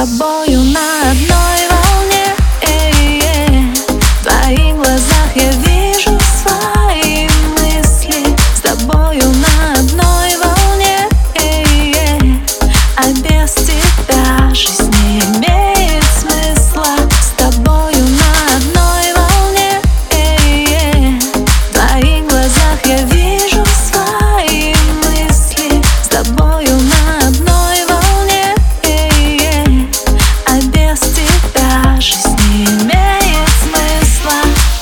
тобою на одной волне. В твоих глазах я вижу свои мысли. С тобою на одной волне. А без тебя жизнь не имеет смысла. С тобою на одной волне. В твоих глазах я вижу свои мысли. С тобою на одной волне. А без тебя жизнь не имеет смысла.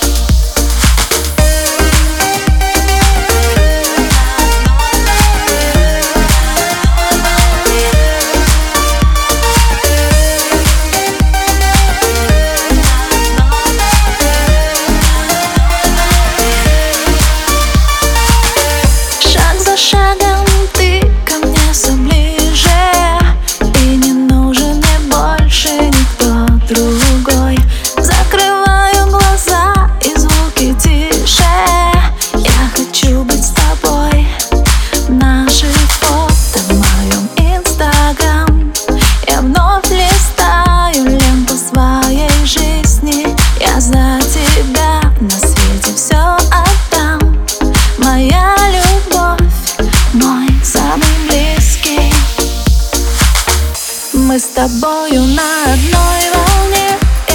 Шаг за шагом ты ко мне все ближе, и не нужен мне больше никто другой. Закрываю глаза, и звуки тише. Я хочу быть с тобой. Наши фото в моем инстаграм. Я вновь листаю ленту своей жизни. Я за тебя на свете все отдам. Моя любовь, мой самый близкий. Мы с тобою на одной волне.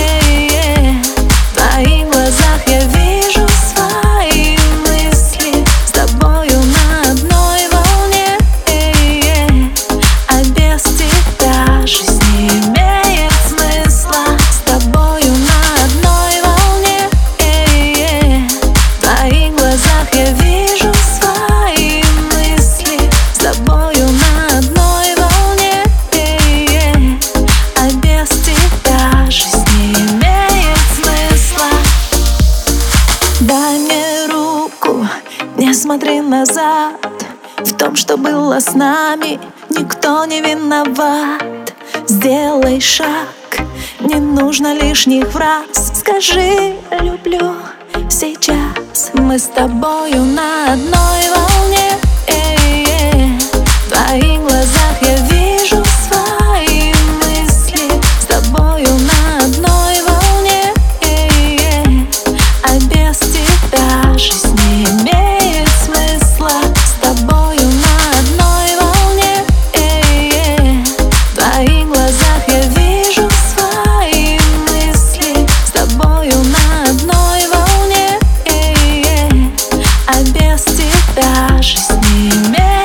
В твоих глазах я вижу свои мысли. С тобою на одной волне. А без тебя жизнь не имеет смысла. С тобою на одной волне. В твоих глазах я вижу свои мысли. С тобою на одной волне. А без тебя жизнь не имеет смысла. Дай мне руку, не смотри назад. В том, что было с нами, никто не виноват. Сделай шаг, не нужно лишних фраз. Скажи «люблю» сейчас. Мы с тобою на одной волне. В твоих глазах я вижу свои мысли. С тобою на одной волне. А без тебя жизнь не имеет смысла. С тобою на одной волне. В твоих глазах я вижу свои мысли. С тобою на одной волне. А без тебя жизнь не имеет